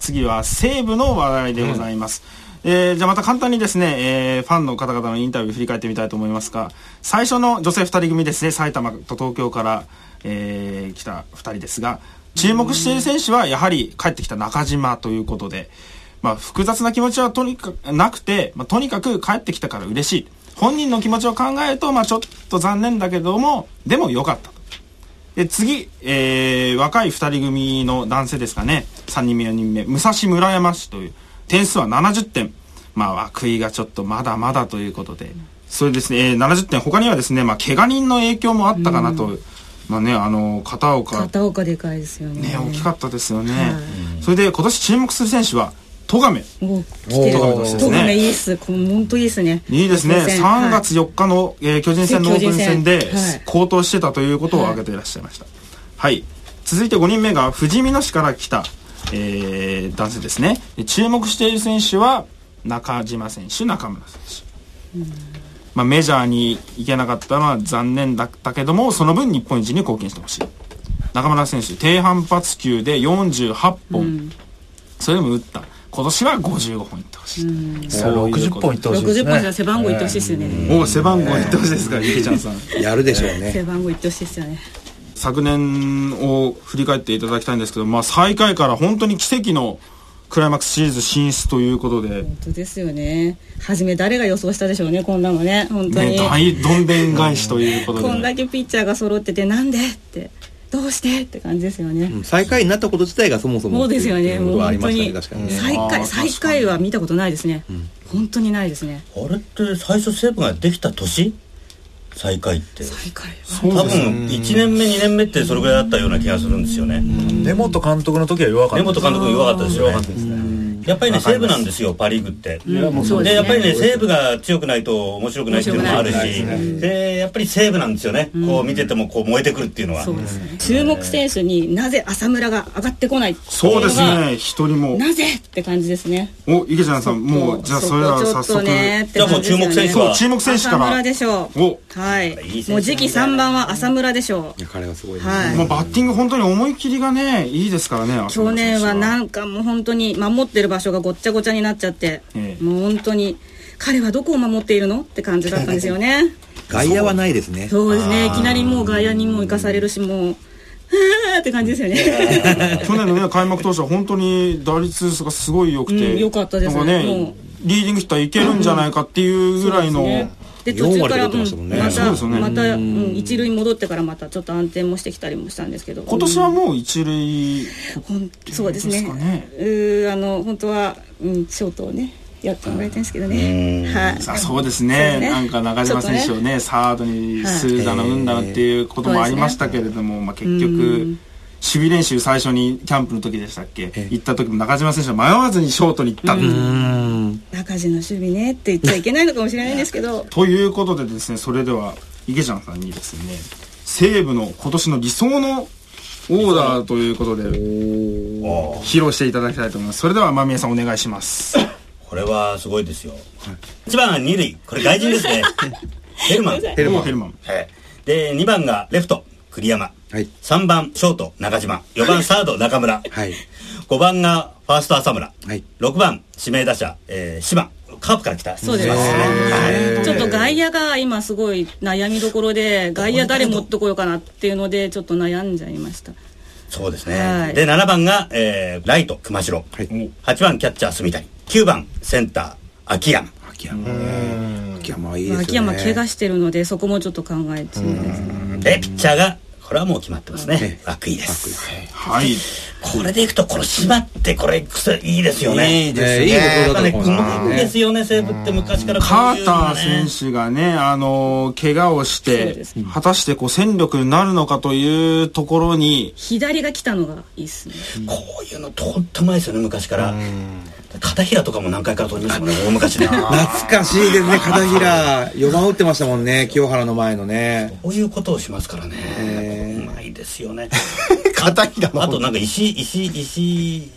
次は西武の話題でございます。じゃあまた簡単にですね、ファンの方々のインタビュー振り返ってみたいと思いますが、最初の女性2人組ですね、埼玉と東京から、来た2人ですが、注目している選手はやはり帰ってきた中島ということで、複雑な気持ちはとにかくなくて、とにかく帰ってきたから嬉しい。本人の気持ちを考えると、ちょっと残念だけども、でも良かったと。で次、若い2人組の男性ですかね、3人目4人目、武蔵村山市という、点数は70点。涌井がちょっとまだまだということで、それですね、70点、他にはですね、怪我人の影響もあったかなと、片岡でかいですよね。 大きかったですよね。それで今年注目する選手は戸亀。 戸亀いいっす。本当いいですね。 いいですね。3月4日の、巨人戦のオープン戦で好投してたということを挙げていらっしゃいました。はい。続いて5人目が富士見野市から来た、男性ですね。注目している選手は中島選手、中村選手。メジャーに行けなかったのは残念だったけども、その分日本一に貢献してほしい。中村選手、低反発球で48本、それでも打った。今年は55本いってほしい。 60本いってほしいですね。 60本じゃ背番号いってほしいですよね。 背番号いってほしいですから、池ちゃんさん。 やるでしょうね。 背番号いってほしいですよね。 昨年を振り返っていただきたいんですけど、最下位から本当に奇跡のクライマックスシリーズ進出ということで。 本当ですよね。初め誰が予想したでしょうね、こんなのね。本当に。 大どんでん返しということで。 こんだけピッチャーが揃ってて、なんでって。どうしてって感じですよね。 最下位になったこと自体がそもそもそうですよね。もう本当に最下位は見たことないですね。本当にないですね。 あれって最初西武ができた年、最下位って多分1年目2年目ってそれぐらいだったような気がするんですよね。 根本監督の時は弱かった。 根本監督弱かったですよね。やっぱりね、西武なんですよ、パ・リーグって。でやっぱりね、西武が強くないと面白くないっていうのもあるし、でやっぱり西武なんですよね。こう見ててもこう燃えてくるっていうのは。 注目選手になぜ浅村が上がってこない。 そうですね、一人もなぜって感じですね。 池ちゃんさん、もうじゃあそれは早速、 じゃあもう注目選手は注目選手から浅村でしょう。はい。もう次期3番は浅村でしょう。 彼はすごい。 はい。 もうバッティング本当に思い切りがねいいですからね。 去年はなんかもう本当に守ってる場所がごっちゃごちゃになっちゃって、もう本当に彼はどこを守っているのって感じだったんですよね。 外野はないですね。 そうですね。いきなりもう外野にも生かされるし、もうって感じですよね。 去年のね開幕当初は本当に打率がすごい良くて、 良かったですね。 リーディングヒッターいけるんじゃないかっていうぐらいの。 で途中からまた一塁に戻ってからまたちょっと安定もしてきたりもしたんですけど、 今年はもう一塁そうですね。本当はショートをねやってもらいたいんですけどね。はい。 そうですね。なんか中島選手をねサードにするだのうんだのっていうこともありましたけれども、結局守備練習最初にキャンプの時でしたっけ、行った時も中島選手は迷わずにショートに行った中島の守備ねって言っちゃいけないのかもしれないんですけどということでですね、それでは池ちゃんさんにですね、西武の今年の理想のオーダーということで披露していただきたいと思います。それでは間宮さんお願いします。 これはすごいですよ。1番は2塁、これ外人ですね。ヘルマン。で2番がレフト栗山、3番ショート中島、4番サード中村、5番がファースト浅村、6番指名打者、島、カープから来た。 そうですね。ちょっと外野が今すごい悩みどころで、外野誰持ってこようかなっていうのでちょっと悩んじゃいました。 そうですね。で7番が、ライト熊代、8番キャッチャー住谷、9番センター秋山。 秋山いいですね。 秋山怪我してるのでそこもちょっと考えてですね。 でピッチャーがこれはもう決まってますね。涌井です。はい。これでいくとこの島ってこれいいですよね。 いいですね。いいところだと思うな。うまいですよね、西武って昔からこういうカーター選手がね怪我をして果たしてこう戦力になるのかというところに左が来たのがいいですね。 こういうのとってもいいですよね、昔から。片平とかも何回か取りましたもんね、大昔で。 懐かしいですね、片平。4番打ってましたもんね、清原の前のね。 こういうことをしますからね。うまいですよね。 片平のあとなんか石義人。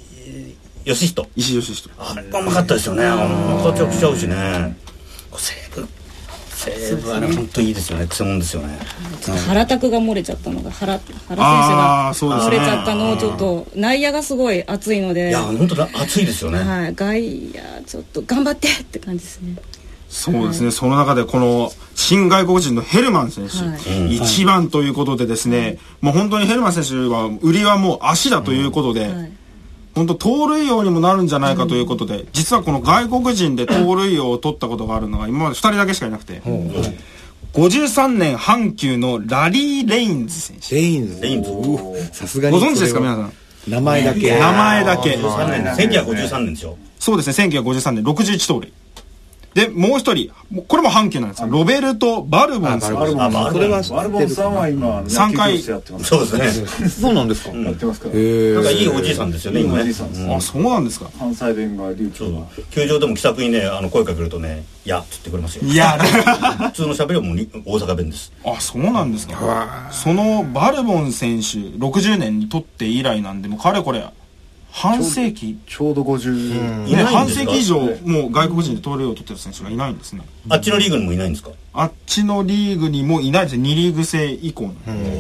あれがうまかったですよね。めちゃくちゃ合うしね。 西武はね本当いいですよね。くせ者ですよね。 ちょっと原拓が漏れちゃったのが原選手が漏れちゃったのをちょっと内野がすごい熱いので、 いや本当だ熱いですよね。 はい、外野ちょっと頑張ってって感じですね。 そうですね、その中でこの新外国人のヘルマン選手、1番ということでですね、もう本当にヘルマン選手は売りはもう足だということで、本当盗塁王にもなるんじゃないかということで、実はこの外国人で盗塁王を取ったことがあるのが今まで2人だけしかいなくて、53年阪急のラリー・レインズ選手。 レインズさすがにご存知ですか皆さん。 名前だけ 1953年でしょ。 そうですね、1953年61盗塁で、もう一人これも阪急なんですが、ロベルト・バルボンさん。 バルボンさんは今 3回やってます。 そうですね。 そうなんですか。 やってますから。 なんかいいおじいさんですよね今ね。 あ、そうなんですか。 関西弁が流暢な。 球場でも気さくにね声かけるとね「や」って言ってくれますよ。 いや普通の喋りはもう大阪弁です。 あ、そうなんですか。そのバルボン選手60年に取って以来なんで、もうかれこれ半世紀、 ちょうど50、 ね、半世紀以上もう外国人で盗塁を取ってる選手がいないんですね。 あっちのリーグにもいないんですか。 あっちのリーグにもいないですね。2リーグ制以降の。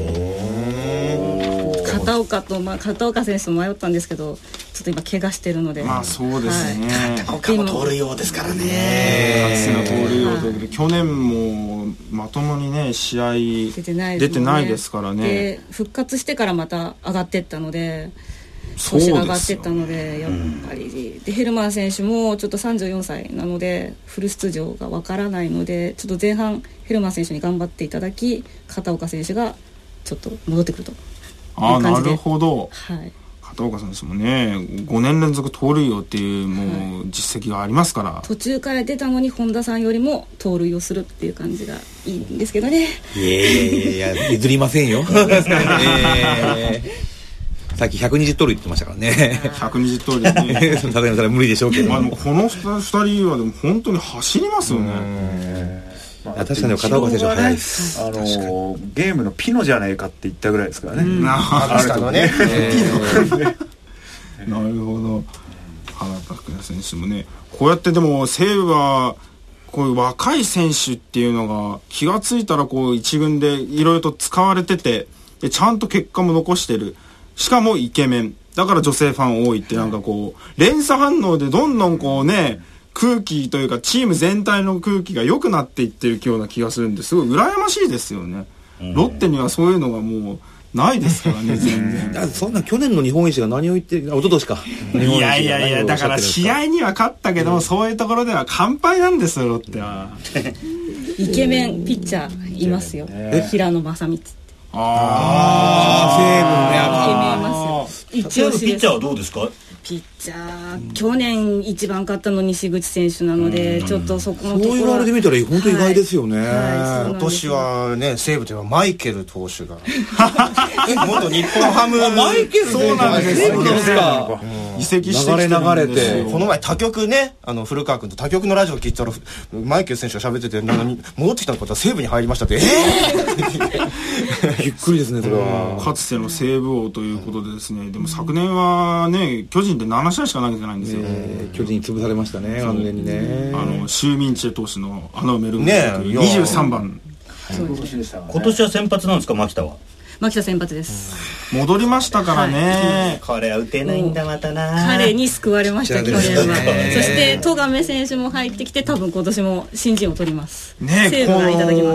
片岡選手と迷ったんですけど、ちょっと今怪我してるので。 まあそうですね、 他も盗塁王ですからね。 初の盗塁王ということで、去年もまともにね試合出てないですからね。 で復活してからまた上がっていったので、調子が上がっていったので、やっぱりでヘルマン選手もちょっと34歳なのでフル出場がわからないので、ちょっと前半ヘルマン選手に頑張っていただき、片岡選手がちょっと戻ってくるという感じで。 なるほど、 はい、 片岡選手もね5年連続盗塁王っていうもう実績がありますから、 途中から出たのに本田さんよりも盗塁をするっていう感じがいいんですけどね。 いや譲りませんよ。さっき120盗塁言ってましたからね。 120盗塁ね。 さすがにそれは無理でしょうけど。 でもこの2人はでも本当に走りますよね。 確かに片岡選手は速いです。 ゲームのピノじゃねえかって言ったぐらいですからね。 あるとね。 なるほど。原拓也選手もね、こうやってでも西武はこういう若い選手っていうのが気がついたらこう一軍でいろいろと使われてて、でちゃんと結果も残してる。しかもイケメンだから女性ファン多いって、なんかこう連鎖反応でどんどんこうね空気というかチーム全体の空気が良くなっていってるような気がするんで、すごい羨ましいですよね。ロッテにはそういうのがもうないですからね。全然だそんな去年の日本一が何を言ってる、一昨年か。 いやだから試合には勝ったけど、そういうところでは完敗なんですよロッテは。 イケメンピッチャーいますよ、平野正光。 西武のね、 一応ピッチャーはどうですか。 ピッチャー去年一番勝ったの西口選手なので、ちょっとそこのところそう言われてみたら本当意外ですよね。 今年はね西武ではマイケル投手が元日本ハム。 マイケルそうなんですよね。移籍してきてるんですよ。 流れてこの前他局ね、古川君と他局のラジオ聞いたらマイケル選手が喋ってて、戻ってきたのかと西武に入りましたって。 びっくりですねそれは。 かつての西武王ということでですね。でも昨年はね巨人で7試合しか投げてないんですよ。 巨人に潰されましたね完全にね。 シューミンチェ投手のメルム23番。 今年は先発なんですか。牧田は牧田先発です。 戻りましたからね。 これは打てないんだまたな。 彼に救われました去年は。そして戸亀選手も入ってきて、多分今年も新人を取りますね。西武がいただきます。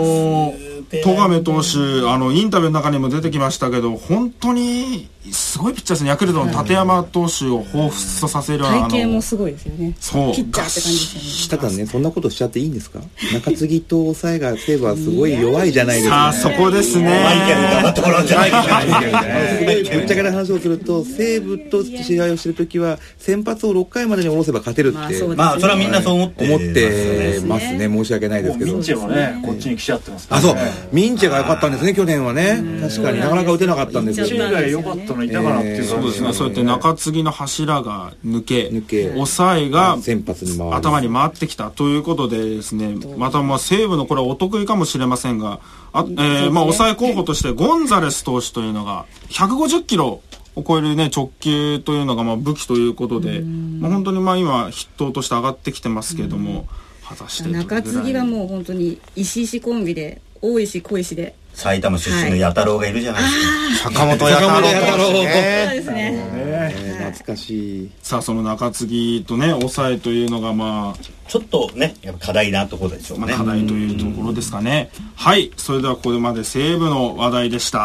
戸亀投手インタビューの中にも出てきましたけど、本当にすごいピッチャーですね。ヤクルトの立山投手を彷彿とさせる体型もすごいですよね。 そうピッチャーって感じですよね。ただね、そんなことしちゃっていいんですか。中継ぎと抑えが西武はすごい弱いじゃないですか。 そこですね。 マイケルが頑張ってもらうんじゃないかぶっちゃけな話をすると、西武と試合をしてるときは先発を6回までに下ろせば勝てるって、 まあそれはみんなそう思ってますね。申し訳ないですけど、 ミンチェもねこっちに来ちゃってますからね。あ、そう、ミンチェが良かったんですね去年はね。確かになかなか打てなかったんですよ。 ミンチェ以外良かったのいたかなっていう。 そうですね。そうやって中継ぎの柱が抜け抑えが先発に頭に回ってきたということでですね、また西武のこれはお得意かもしれませんが、抑え候補としてゴンザレス投手というのが150キロを超えるね直球というのが武器ということで、本当に今筆頭として上がってきてますけれども、 果たして中継ぎはもう本当に石コンビで大石小石で埼玉出身の弥太郎がいるじゃないですか、 坂本弥太郎そうですね、 懐かしい。 さあその中継ぎとね抑えというのがまあちょっとねやっぱ課題なところでしょうね、 課題というところですかね。はい、それではこれまで西武の話題でした。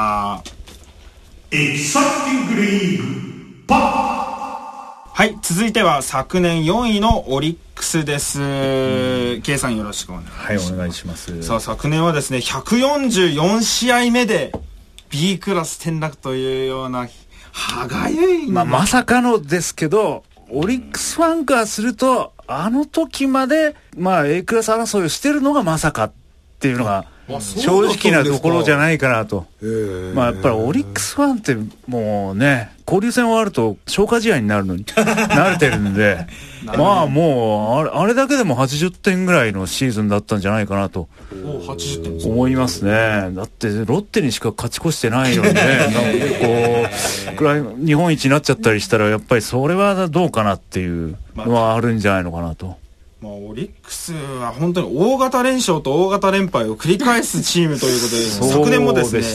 はい、続いては昨年4位のオリックスです。K さんよろしくお願いします。 はい、お願いします。 さあ昨年はですね144試合目で B クラス転落というような歯がゆい、 まさかのですけど、オリックスファンからするとあの時までA クラス争いをしてるのがまさかっていうのが正直なところじゃないかなと。やっぱりオリックスファンってもうね、交流戦終わると消化試合になるのに慣れてるんでもうあれだけでも80点ぐらいのシーズンだったんじゃないかなと思いますね。だってロッテにしか勝ち越してないのにねこう日本一になっちゃったりしたらやっぱりそれはどうかなっていうのはあるんじゃないのかなと。 オリックスは本当に大型連勝と大型連敗を繰り返すチームということで昨年もですね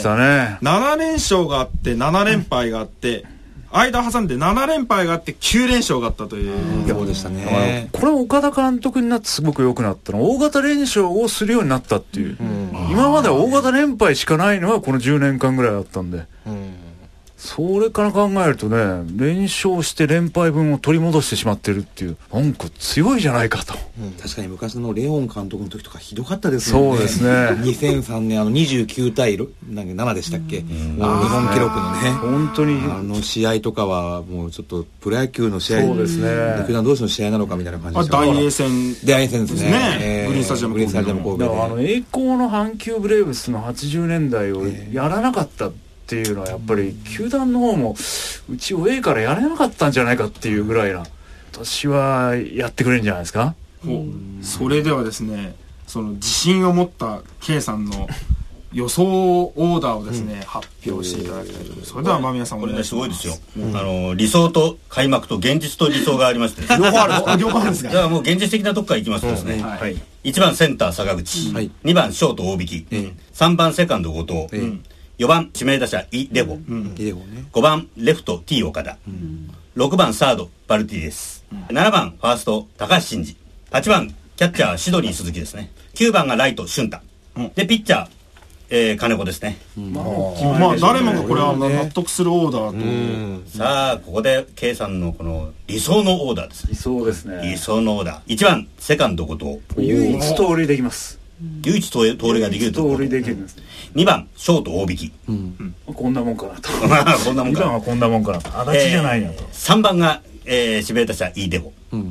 7連勝があって7連敗があって間を挟んで7連敗があって9連勝があったという。 そうでしたね。 これ岡田監督になってすごく良くなったのは大型連勝をするようになったっていう、今までは大型連敗しかないのはこの10年間ぐらいだったんで、それから考えるとね、連勝して連敗分を取り戻してしまってるっていう、なんか強いじゃないかと。 確かに昔のレオン監督の時とかひどかったですよね。 そうですね。 2003年29対7でしたっけ、日本記録のね、 本当に試合とかはもうちょっとプロ野球の試合、 そうですね、 球団同士の試合なのかみたいな感じでした。 大英戦ですね。 グリーンスタジアム神戸で、 栄光の阪急ブレーブスの80年代をやらなかったっていうのはやっぱり球団の方もうちを A からやれなかったんじゃないかっていうぐらいな、私はやってくれるんじゃないですか。 それではですね、その自信を持った K さんの予想オーダーをですね、発表していただきたいと思います。それでは間宮さんお願いします。 これねすごいですよ、理想と開幕と現実と理想がありまして両方あるんですか。 じゃあもう現実的なとこからいきますとですね、1番センター坂口、2番ショート大引き、3番セカンド後藤、4番指名打者イ・レボ、5番レフト T 岡田、6番サードバルティです、7番ファースト高橋真嗣、8番キャッチャーシドニー鈴木ですね、9番がライト俊太、でピッチャー、金子ですね。 誰もがこれは納得するオーダーと。 さあここで K さんのこの理想のオーダーですね。 理想ですね。 理想のオーダー、1番セカンド後藤、 唯一盗塁できます。 唯一盗塁ができるところ。 盗塁できるんですね。 2番ショート大引き、 こんなもんかなと。 こんなもんか 2番はこんなもんかなと。足立じゃないなと。 3番が、指名打者イ・デボ、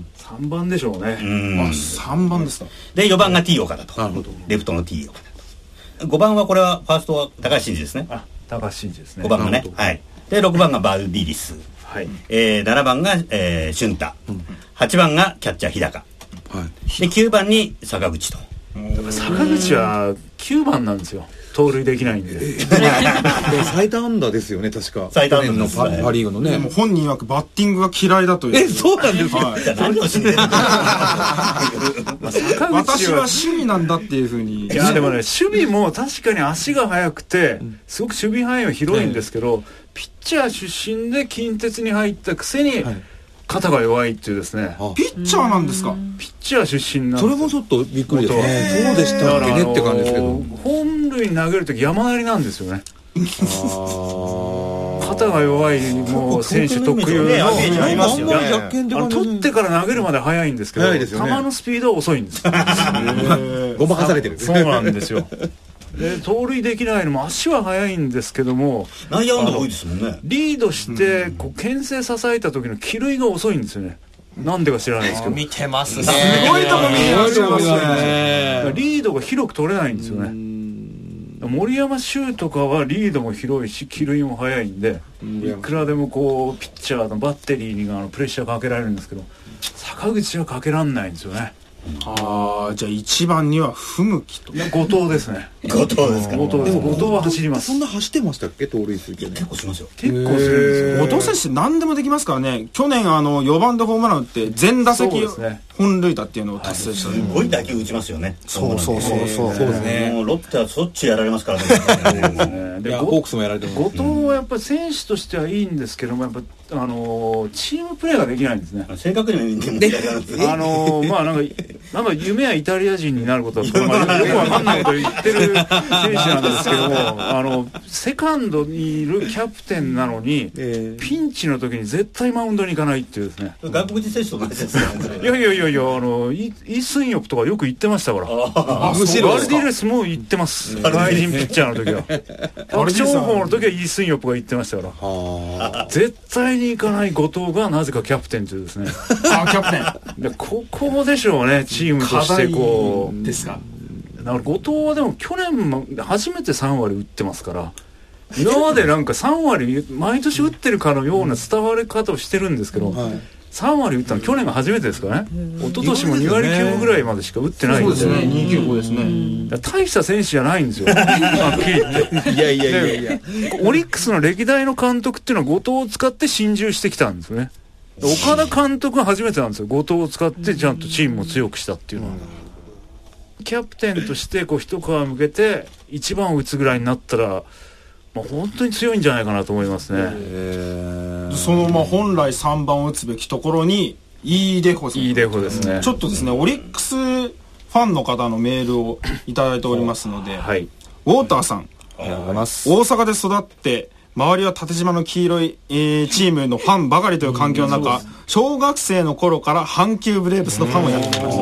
3番でしょうね。 3番ですか。 で4番が T 岡田と、レフトの T 岡田と、5番はこれはファーストは高橋真嗣ですね。 高橋真嗣ですね。 5番がね、はい。で6番がバルディリス、7番が、俊太、8番がキャッチャー日高、で9番に坂口と。 坂口は9番なんですよ。盗塁できないんで。 最多安打ですよね、確か。 最多安打のパリーグのね。 もう本人曰くバッティングが嫌いだという。 そうなんですか。 何を知ってるの。 私は趣味なんだっていうふうに。 いやでもね、守備も確かに足が速くてすごく守備範囲は広いんですけど、ピッチャー出身で近鉄に入ったくせに肩が弱いっていうですね。 ピッチャーなんですか。 ピッチャー出身なんです。 それもちょっとびっくりですね。そうでしたっけねって感じですけど、 本塁に投げるとき山なりなんですよね。肩が弱いもう選手特有の、取ってから投げるまで速いんですけど、球のスピードは遅いんです。 ごまかされてる。 そうなんですよ。で盗塁できないのも足は速いんですけども、 内野安打多いですもんね。 リードしてこう牽制支えた時の帰塁が遅いんですよね。なんでか知らないですけど。 見てますね。 すごいとこ見てますね。リードが広く取れないんですよね。森山修とかはリードも広いし帰塁も速いんで、いくらでもこうピッチャーのバッテリーにプレッシャーかけられるんですけど、坂口はかけらんないんですよね。 ああ、じゃあ1番には不向きと。 後藤ですね。 後藤ですか。 後藤です。後藤は走ります。 そんな走ってましたっけ、盗塁数。 結構しますよ。 結構するんですよ。 後藤選手何でもできますからね。去年4番でホームラン打って全打席本塁打っていうのを達成した。 すごい打球打ちますよね。 そうそうそうそう。 そうですね。 もうロッテはしょっちゅうやられますからね。 いや、ホークスもやられてます。 後藤はやっぱり選手としてはいいんですけども、やっぱチームプレーができないんですね。 正確に見てもまあなんか夢はイタリア人になることは、よくわかんないこと言ってる選手なんですけども、セカンドにいるキャプテンなのに、ピンチの時に絶対マウンドに行かないっていうですね。 外国人選手と同じですね。 いやイ・スンヨプとかよく言ってましたから。 むしろバルディレスも言ってます。外人ピッチャーの時は。白鳥鵬の時はイ・スンヨプが言ってましたから。絶対に行かない後藤がなぜかキャプテンというですね。 キャプテン。 でここでしょうね、チームとしてこう。 ですか。 だから後藤はでも去年も初めて3割打ってますから、今までなんか3割毎年打ってるかのような伝わり方をしてるんですけど、3割打ったの去年が初めてですからね。一昨年も2割9ぐらいまでしか打ってないんで。 そうですね、295ですね。 大した選手じゃないんですよ。はっきり言って。いやオリックスの歴代の監督っていうのは後藤を使って心中してきたんですよね。岡田監督が初めてなんですよ。後藤を使ってちゃんとチームを強くしたっていうのは。キャプテンとしてこう一皮向けて1番を打つぐらいになったら、本当に強いんじゃないかなと思いますね。 その本来3番を打つべきところにイ・デホさん。 イ・デホですね。 ちょっとですね、オリックスファンの方のメールをいただいておりますので、はい、ウォーターさん、大阪で育って周りは縦縞の黄色い、チームのファンばかりという環境の中、小学生の頃から阪急ブレーブスのファンをやってきました。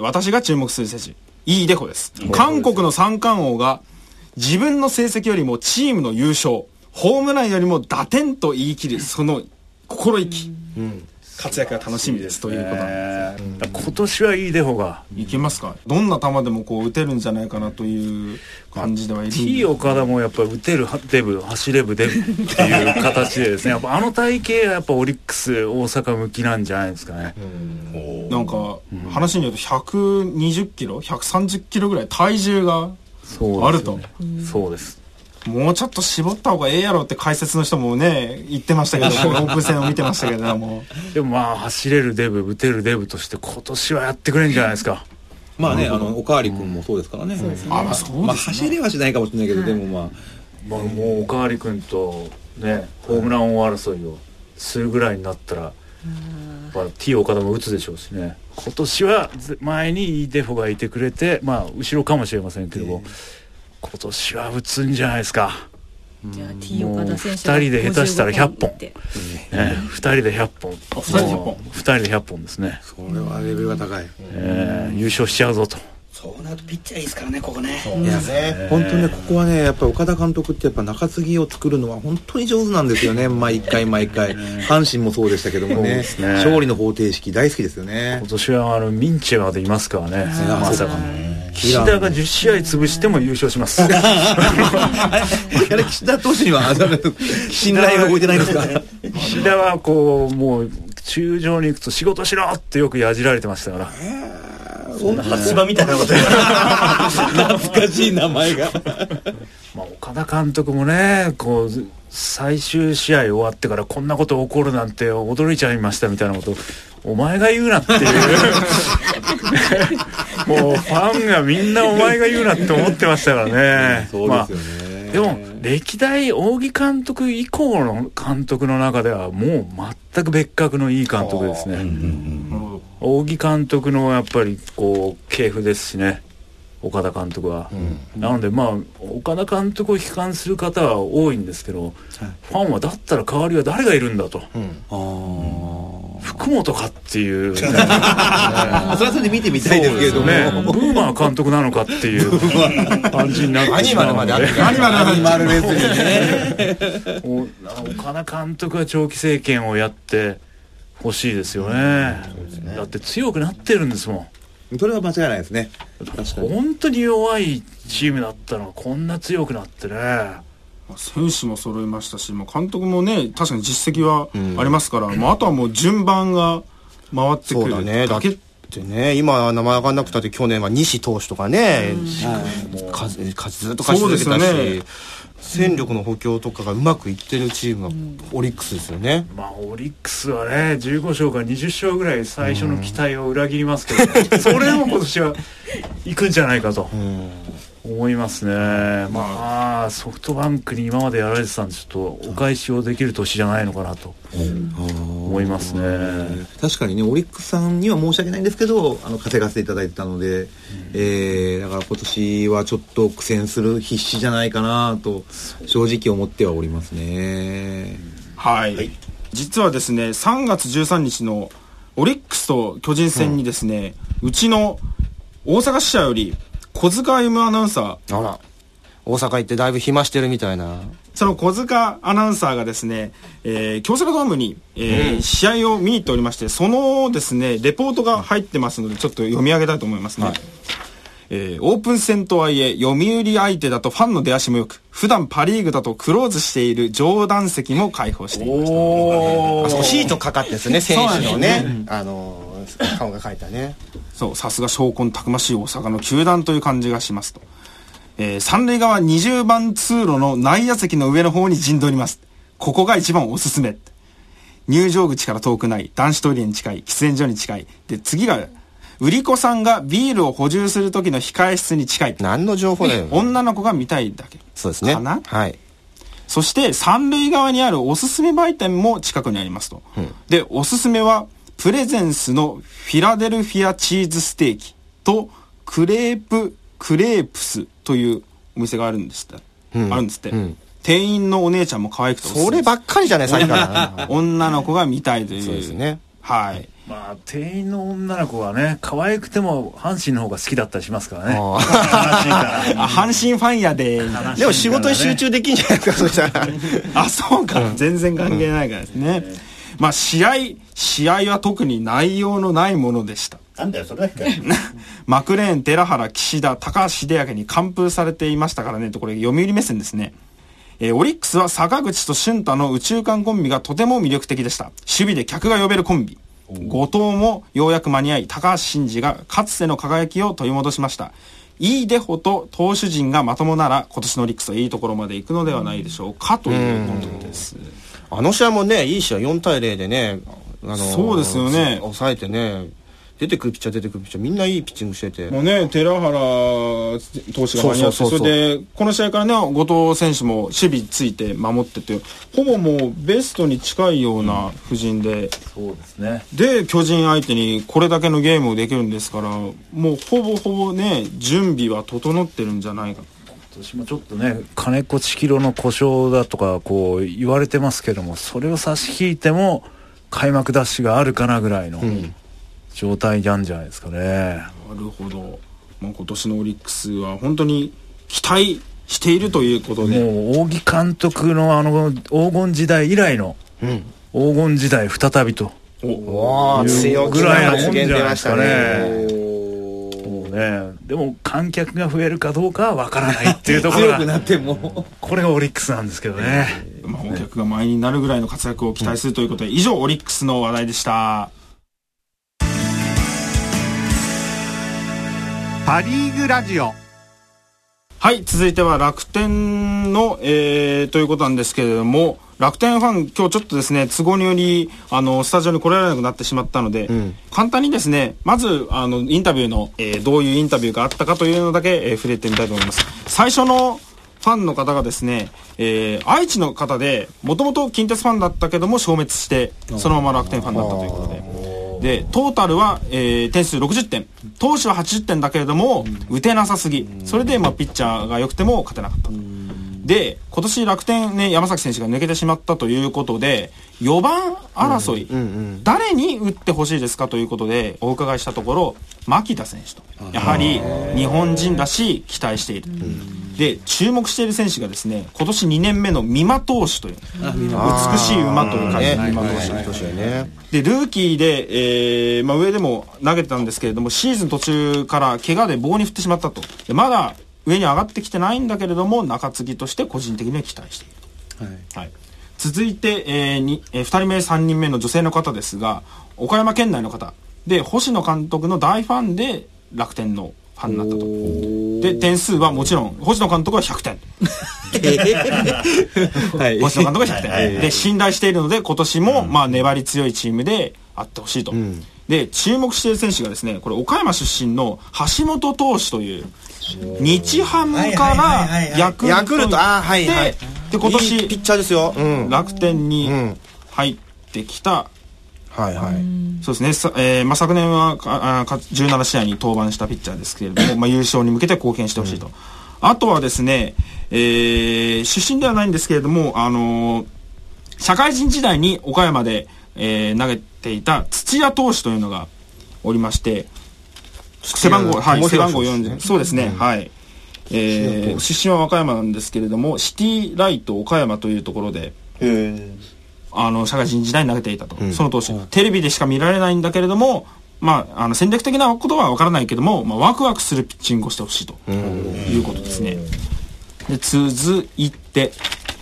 私が注目する選手、イ・デホです。韓国の三冠王が自分の成績よりもチームの優勝、ホームランよりも打点と言い切るその心意気、活躍が楽しみですということなんです。 今年はいいデホがいけますか。どんな球でもこう打てるんじゃないかなという感じではいる。 T 岡田もやっぱり打てるデブ、走れぶデブっていう形でですね、やっぱ体型がやっぱオリックス大阪向きなんじゃないですかね。 なんか話によると120キロ130キロぐらい体重があると。 そうです。 もうちょっと絞った方がええやろって解説の人もね言ってましたけど、オープン戦を見てましたけどもでも走れるデブ、打てるデブとして今年はやってくれるんじゃないですか。 おかわり君もそうですからね。走れはしないかもしれないけど、でももうおかわり君とねホームラン王争いをするぐらいになったら、T 岡田も打つでしょうしね。今年は前にいいデフォがいてくれて、後ろかもしれませんけども、今年は打つんじゃないですか。 じゃあ T 岡田選手 2人で下手したら100本、2人で100本、2人で100本ですね。 それはレベルが高い。 優勝しちゃうぞと。 そうなるとピッチャーいいですからね、ここね。 いや本当ね、ここはね、やっぱり岡田監督ってやっぱ中継ぎを作るのは本当に上手なんですよね。毎回阪神もそうでしたけどもね、勝利の方程式大好きですよね。 今年はミンチェまでいますからね。まさか岸田が10試合潰しても優勝します。 岸田投手には信頼が置いてないですか。 岸田はもう中上に行くと仕事しろってよくやじられてましたから。 そんな8番みたいなこと懐かしい名前が岡田監督もね、最終試合終わってからこんなこと起こるなんて驚いちゃいましたみたいなことお前が言うなっていうもうファンがみんなお前が言うなって思ってましたからね。 そうですよね。 でも歴代仰木監督以降の監督の中ではもう全く別格のいい監督ですね。仰木監督のやっぱり系譜ですしね、岡田監督は、なので岡田監督を悲観する方は多いんですけど、ファンはだったら代わりは誰がいるんだと、福本かっていう、それはそれで見てみたいですけれども、 ブーマー監督なのかっていう感じになってしまうので、 アニマルレスリーね。 岡田監督は長期政権をやってほしいですよね。だって強くなってるんですもん。 それは間違いないですね。 本当に弱いチームだったのがこんな強くなってね。 選手も揃いましたし、監督もね確かに実績はありますから、あとはもう順番が回ってくるだけってね、今名前上がんなくたって去年は西投手とかね、ずっと勝ち続けたし、戦力の補強とかがうまくいってるチームがオリックスですよね。 まあオリックスはね15勝から20勝ぐらい最初の期待を裏切りますけど、それも今年は行くんじゃないかと思いますね。まあソフトバンクに今までやられてたんで、ちょっとお返しをできる年じゃないのかなと思いますね。 確かにね、オリックスさんには申し訳ないんですけど稼がせていただいてたので、だから今年はちょっと苦戦する必至じゃないかなと正直思ってはおりますね。 はい、実はですね3月13日のオリックスと巨人戦にですね、うちの大阪支社より小塚歩アナウンサー、 あら、大阪行ってだいぶ暇してるみたいな。 その小塚アナウンサーがですね、京セラドームに、試合を見に行っておりまして、そのですねレポートが入ってますのでちょっと読み上げたいと思いますね。オープン戦とはいえ読売相手だとファンの出足もよく、普段パリーグだとクローズしている上段席も開放していました。 あそこシートかかってですね、選手のね、顔が書いたね。 そう、さすが証拠たくましい大阪の球団という感じがしますと。三塁側20番通路の内野席の上の方に陣取ります。ここが一番おすすめ。入場口から遠くない、男子トイレに近い、喫煙所に近い。で、次が売り子さんがビールを補充する時の控え室に近い。 何の情報だよ。 女の子が見たいだけ。 そうですね。 かな。 はい。 そして三塁側にあるおすすめ売店も近くにありますと。で、おすすめはプレゼンスのフィラデルフィアチーズステーキとクレープスというお店があるんですって。あるんですって。店員のお姉ちゃんも可愛くてそればっかりじゃない最初から女の子が見たいという。 そうですね。 はい。 まあ店員の女の子はね可愛くても阪神の方が好きだったりしますからね。 阪神ファンやで。 でも仕事に集中できんじゃないですか、そしたら。 あ、そうか、全然関係ないからですね。まあ試合は特に内容のないものでした。 なんだよそれだけ。 マクレーン、寺原、岸田、高橋秀明に完封されていましたからねと、これ読売目線ですね。オリックスは坂口と俊太の宇宙間コンビがとても魅力的でした。守備で客が呼べるコンビ。後藤もようやく間に合い、高橋真司がかつての輝きを取り戻しました。いいデホと投手陣がまともなら今年のオリックスはいいところまで行くのではないでしょうかということです。 あの試合もね、いい試合4対0でね、 そうですよね、 抑えてね、出てくるピッチャーみんないいピッチングしてて、 もうね、寺原投手が間に合って、それでこの試合からね後藤選手も守備ついて守ってて、ほぼもうベストに近いような布陣で、 そうですね。 で巨人相手にこれだけのゲームをできるんですから、もうほぼね準備は整ってるんじゃないか。 今年もちょっとね金子千尋の故障だとかこう言われてますけども、それを差し引いても開幕ダッシュがあるかなぐらいの、状態なんじゃないですかね。 なるほど。まあ、今年のオリックスは本当に期待しているということで、 もう仰木監督の黄金時代以来の、黄金時代再びと強気な発言出ましたね。 もうね、でも観客が増えるかどうかはわからないっていうところが強くなってもこれがオリックスなんですけどね。 まあ、お客が前になるぐらいの活躍を期待するということで、以上オリックスの話題でした。 パリーグラジオ。 はい、続いては楽天の、ということなんですけれども、楽天ファン今日ちょっとですね都合によりスタジオに来られなくなってしまったので、簡単にですねまずインタビューの、どういうインタビューがあったかというのだけ、触れてみたいと思います。最初のファンの方がですね、愛知の方でもともと近鉄ファンだったけども消滅してそのまま楽天ファンだったということで、トータルは、点数60点、投手は80点だけれども打てなさすぎ、それで、ピッチャーが良くても勝てなかったと。で今年楽天ね、山崎選手が抜けてしまったということで4番争い、誰に打ってほしいですかということでお伺いしたところ、牧田選手とやはり日本人だし期待している。で注目している選手がですね、今年2年目の美馬投手という美しい馬という感じの美馬投手で、ルーキーで、上でも投げてたんですけれども、シーズン途中から怪我で棒に振ってしまったと。でまだ上に上がってきてないんだけれども中継ぎとして個人的には期待していると、続いて、2人目3人目の女性の方ですが、岡山県内の方、 で星野監督の大ファンで楽天のファンになったと。で点数はもちろん星野監督は100点はい、星野監督は100点、で信頼しているので今年もまあ粘り強いチームであってほしいと、で注目している選手がですね、これ岡山出身の橋本投手という日ハムからヤクルトで今年いいピッチャーですよ、 楽天に入ってきた、そうですね、昨年は17試合に登板したピッチャーですけれども、優勝に向けて貢献してほしいと、あとはですね、出身ではないんですけれども、社会人時代に岡山で、投げていた土屋投手というのがおりまして、背番号40、そうですね、出身は和歌山なんですけれども、シティライト岡山というところで社会人時代に投げていたと、その投手、テレビでしか見られないんだけれども、戦略的なことは分からないけども、ワクワクするピッチングをしてほしいということですね。で続いて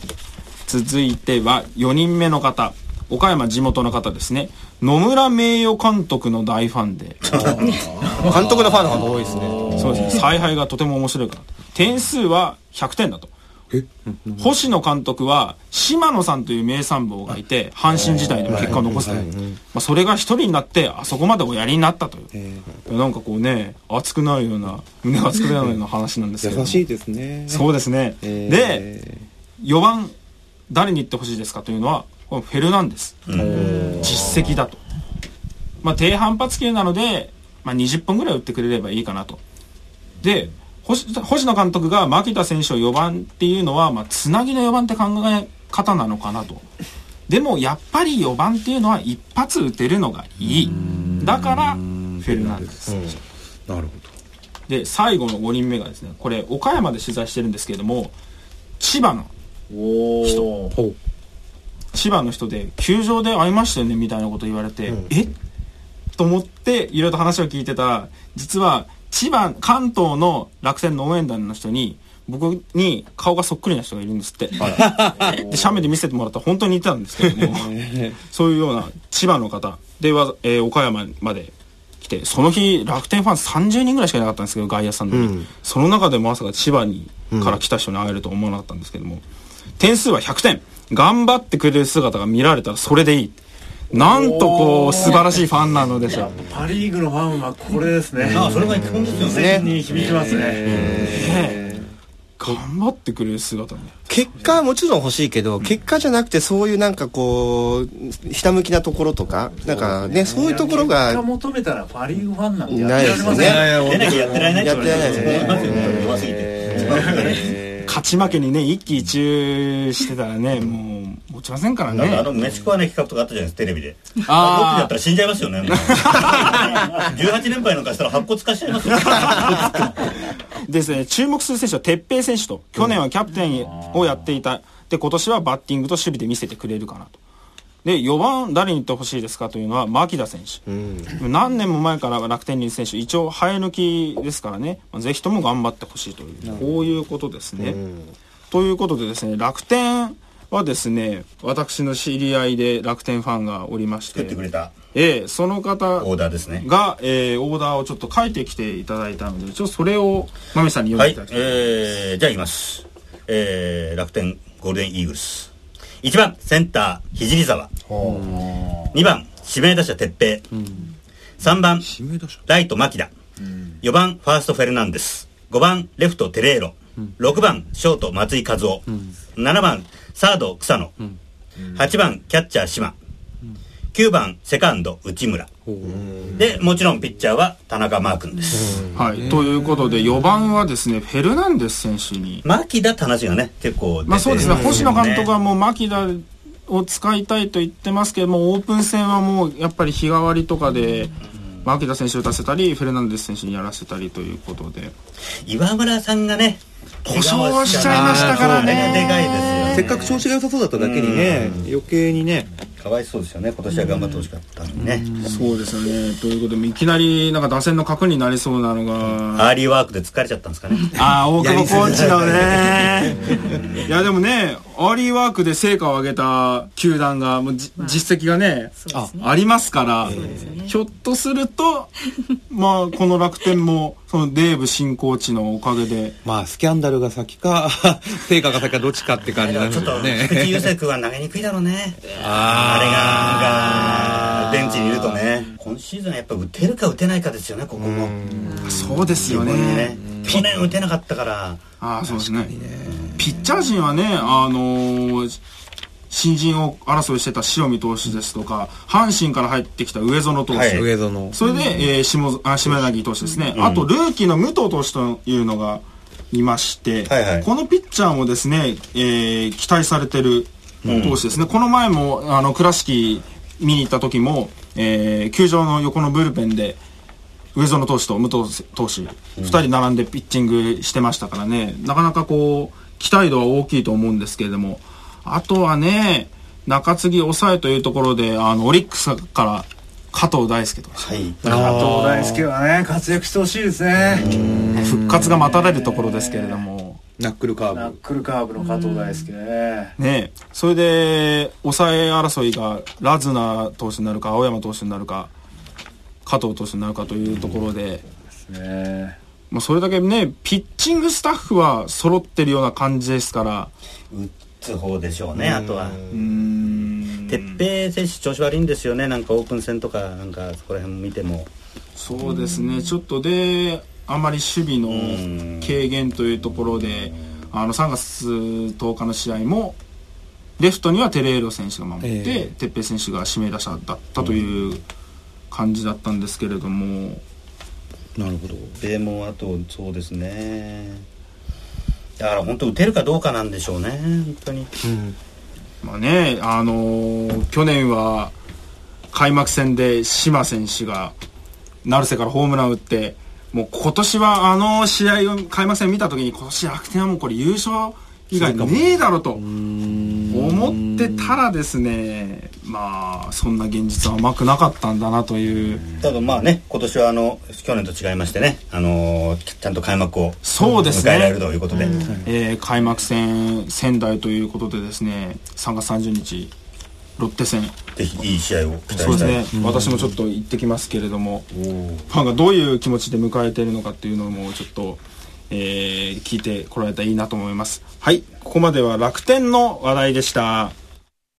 は4人目の方、岡山地元の方ですね。野村名誉監督の大ファンで監督のファンの方が多いですね。 そうですね、采配がとても面白いから、点数は100点だと。星野監督は島野さんという名参謀がいて、阪神時代でも結果を残せた、それが一人になってあそこまでおやりになったという、なんかこうね、熱くなるような、胸が熱くなるような話なんですけど、 優しいですね。 そうですね、で4番誰に行ってほしいですかというのはこのフェルナンデス、実績だと、低反発系なので、20本ぐらい打ってくれればいいかなと。で星野監督が牧田選手を4番っていうのは、つなぎの4番って考え方なのかなと。でもやっぱり4番っていうのは一発打てるのがいい、だからフェルナンデス選手、なるほど。で最後の5人目がですね、これ岡山で取材してるんですけれども、千葉の人で球場で会いましたよねみたいなこと言われて、と思っていろいろと話を聞いてたら、実は関東の楽天の応援団の人に僕に顔がそっくりな人がいるんですって、で写メで見せてもらったら本当に似てたんですけどもそういうような千葉の方では、岡山まで来て、その日楽天ファン30人ぐらいしかいなかったんですけど、外野さんで、その中でまさか千葉から来た人に会えるとは思わなかったんですけども、点数は100点、頑張ってくれる姿が見られたらそれでいい、なんとこう素晴らしいファンなのでしょう。 パリーグのファンはこれですね。 それが一番ですよね。 に響きますね。 頑張ってくれる姿ね。 結果はもちろん欲しいけど、結果じゃなくてそういうなんかこうひたむきなところとか、なんかね、そういうところが結果求めたらパリーグファンなんてやってられませんね。 出なきゃやってられない。 やってられないです弱すぎて。 勝ち負けにね一喜一憂してたらね、もう持ちませんからね。 飯食わない企画とかあったじゃないですか、テレビで。ロックだったら死んじゃいますよね。18連敗なんかしたら白骨化しちゃいますよ。 ですね、注目する選手は哲平選手と、去年はキャプテンをやっていた。で今年はバッティングと守備で見せてくれるかなと。で4番誰に行ってほしいですかというのは牧田選手、何年も前から楽天にいる選手、一応生え抜きですからね、ぜひとも頑張ってほしいという、こういうことですね。ということでですね、楽天はですね、私の知り合いで楽天ファンがおりまして、 作ってくれた、 その方オーダーですねが、オーダーをちょっと書いてきていただいたので、ちょっとそれをマミさんに読んでいただきたい。 じゃあいきます。楽天ゴールデンイーグルス、1番センター聖沢、2番指名打者哲平、3番ライト牧田、4番ファーストフェルナンデス、5番レフトテレーロ、6番ショート松井一夫、7番サード草野、8番キャッチャー島、9番セカンド内村で、もちろんピッチャーは田中マー君です、 ということで4番はですねフェルナンデス選手に牧田って話がね結構出てる、 そうですね、星野監督はもう牧田を使いたいと言ってますけども、オープン戦はもうやっぱり日替わりとかで牧田選手を打たせたりフェルナンデス選手にやらせたりということで、 岩村さんがね故障しちゃいましたからね。 でかいですよね。 せっかく調子が良さそうだっただけにね、余計にねかわいそうですよね。今年は頑張ってほしかったのにね。 そうですよね。ということでいきなりなんか打線の核になりそうなのが、 アーリーワークで疲れちゃったんですかね。 大久保コーチのねいやでもね、アーリーワークで成果を上げた球団がもう実績がねありますから、 ひょっとするとまあこの楽天もそのデーブ新コーチのおかげでまあスキャンダルが先か成果が先かどっちかって感じなんですよね。 菊池雄星君は投げにくいだろうね。あれがベンチにいるとね。今シーズンはやっぱ打てるか打てないかですよね、ここも。 そうですよね。 去年打てなかったから。 そうですね。ピッチャー陣はね、新人を争いしてた塩見投手ですとか、阪神から入ってきた上園投手、 上園、 それで、下柳投手ですね、あとルーキーの武藤投手というのがいまして、このピッチャーもですね、期待されてる投手ですね。この前も倉敷見に行った時も、球場の横のブルペンで上園投手と武藤投手、2人並んでピッチングしてましたからね、なかなかこう期待度は大きいと思うんですけれども、あとはね、中継ぎ抑えというところでオリックスから加藤大輔投手、 加藤大輔はね活躍してほしいですね。 復活が待たれるところですけれども、 ナックルカーブの加藤大輔ね、それで抑え争いがラズナー投手になるか青山投手になるか加藤投手になるかというところで、まあ、それだけねピッチングスタッフは揃ってるような感じですから、 打つ方でしょうね。あとは哲平選手調子悪いんですよね。なんかオープン戦とかなんかそこら辺見てもそうですね、ちょっとであまり守備の軽減というところで3月10日の試合もレフトにはテレーロ選手が守って、哲平選手が指名打者だったという感じだったんですけれども、 なるほど。 でもあとそうですね、だから本当打てるかどうかなんでしょうね、本当に。 まあね、去年は開幕戦で島選手が成瀬からホームラン打って、もう今年は試合を開幕戦見た時に今年楽天はもうこれ優勝以外ねえだろと思ってたらですね、まあそんな現実は甘くなかったんだなという。 ただまあね、今年は去年と違いましてね、ちゃんと開幕をそうですね迎えられるということで、 開幕戦仙台ということでですね、3月30日ロッテ戦、 ぜひいい試合を期待したい。 そうですね、私もちょっと行ってきますけれども、ファンがどういう気持ちで迎えているのかっていうのもちょっと、聞いてこられたらいいなと思います。はい、ここまでは楽天の話題でした。